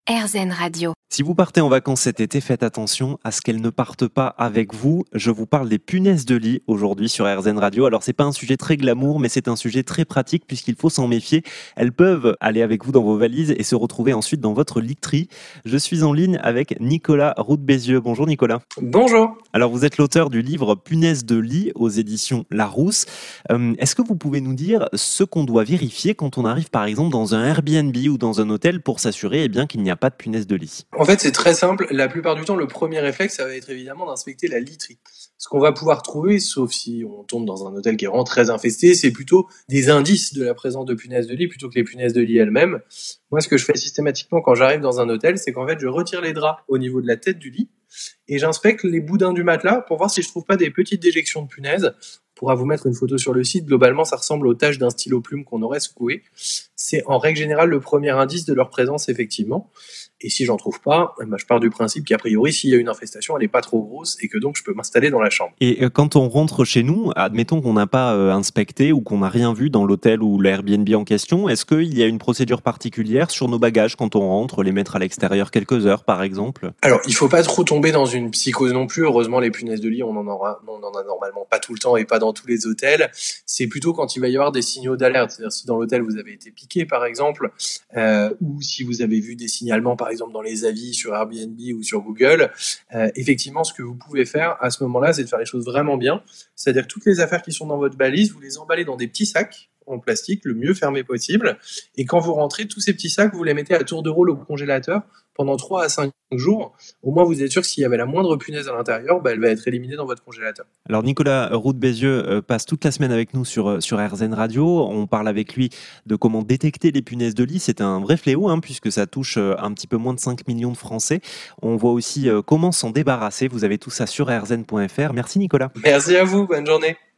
RZN Radio. Si vous partez en vacances cet été, faites attention à ce qu'elles ne partent pas avec vous. Je vous parle des punaises de lit aujourd'hui sur RZN Radio. Alors c'est pas un sujet très glamour, mais c'est un sujet très pratique puisqu'il faut s'en méfier. Elles peuvent aller avec vous dans vos valises et se retrouver ensuite dans votre literie. Je suis en ligne avec Nicolas Roux de Bézieux. Bonjour Nicolas. Bonjour. Alors vous êtes l'auteur du livre Punaises de lit aux éditions Larousse. Est-ce que vous pouvez nous dire ce qu'on doit vérifier quand on arrive par exemple dans un Airbnb ou dans un hôtel pour s'assurer qu'il n'y a pas de punaises de lit? En fait, c'est très simple. La plupart du temps, le premier réflexe, ça va être évidemment d'inspecter la literie. Ce qu'on va pouvoir trouver, sauf si on tombe dans un hôtel qui est vraiment très infesté, c'est plutôt des indices de la présence de punaises de lit plutôt que les punaises de lit elles-mêmes. Moi, ce que je fais systématiquement quand j'arrive dans un hôtel, c'est qu'en fait, je retire les draps au niveau de la tête du lit et j'inspecte les boudins du matelas pour voir si je trouve pas des petites déjections de punaises. On pourra vous mettre une photo sur le site. Globalement, ça ressemble aux taches d'un stylo plume qu'on aurait secoué. C'est en règle générale le premier indice de leur présence, effectivement. Et si j'en trouve pas, je pars du principe qu'a priori, s'il y a une infestation, elle n'est pas trop grosse et que donc je peux m'installer dans la chambre. Et quand on rentre chez nous, admettons qu'on n'a pas inspecté ou qu'on n'a rien vu dans l'hôtel ou l'Airbnb en question, est-ce qu'il y a une procédure particulière sur nos bagages quand on rentre, les mettre à l'extérieur quelques heures par exemple? Alors, il faut pas trop tomber dans une psychose non plus. Heureusement, les punaises de lit, on en a normalement pas tout le temps et pas dans tous les hôtels. C'est plutôt quand il va y avoir des signaux d'alerte. C'est-à-dire si dans l'hôtel vous avez été piqué par exemple, ou si vous avez vu des signalements par exemple dans les avis sur Airbnb ou sur Google, effectivement ce que vous pouvez faire à ce moment-là, c'est de faire les choses vraiment bien. C'est-à-dire que toutes les affaires qui sont dans votre valise, vous les emballez dans des petits sacs en plastique, le mieux fermé possible, et quand vous rentrez, tous ces petits sacs, vous les mettez à tour de rôle au congélateur pendant 3 à 5 jours. Au moins, vous êtes sûr que s'il y avait la moindre punaise à l'intérieur, elle va être éliminée dans votre congélateur. Alors Nicolas Roux de Bézieux passe toute la semaine avec nous sur RZN Radio. On parle avec lui de comment détecter les punaises de lit. C'est un vrai fléau puisque ça touche un petit peu moins de 5 millions de Français. On voit aussi comment s'en débarrasser. Vous avez tout ça sur rzn.fr. Merci Nicolas. Merci à vous, bonne journée.